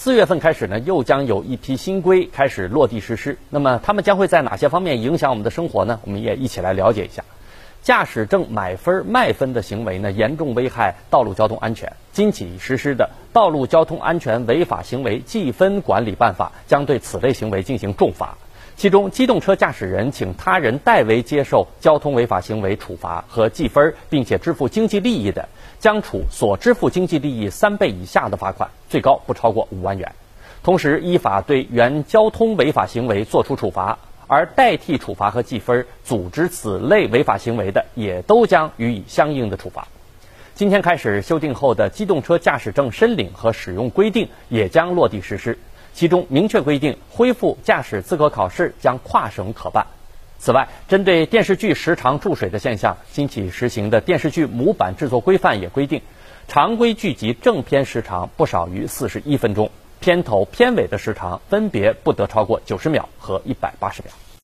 4月份开始呢，又将有一批新规开始落地实施。那么它们将会在哪些方面影响我们的生活呢？我们也一起来了解一下。驾驶证买分卖分的行为呢，严重危害道路交通安全。今起实施的《道路交通安全违法行为记分管理办法》将对此类行为进行重罚。其中，机动车驾驶人请他人代为接受交通违法行为处罚和记分，并且支付经济利益的，将处所支付经济利益3倍以下的罚款，最高不超过5万元。同时，依法对原交通违法行为作出处罚。而代替处罚和记分组织此类违法行为的，也都将予以相应的处罚。今天开始修订后的机动车驾驶证申领和使用规定也将落地实施，其中明确规定，恢复驾驶资格考试将跨省可办。此外，针对电视剧时长注水的现象，今起实行的电视剧模板制作规范也规定，常规剧集正片时长不少于41分钟，片头片尾的时长分别不得超过90秒和180秒。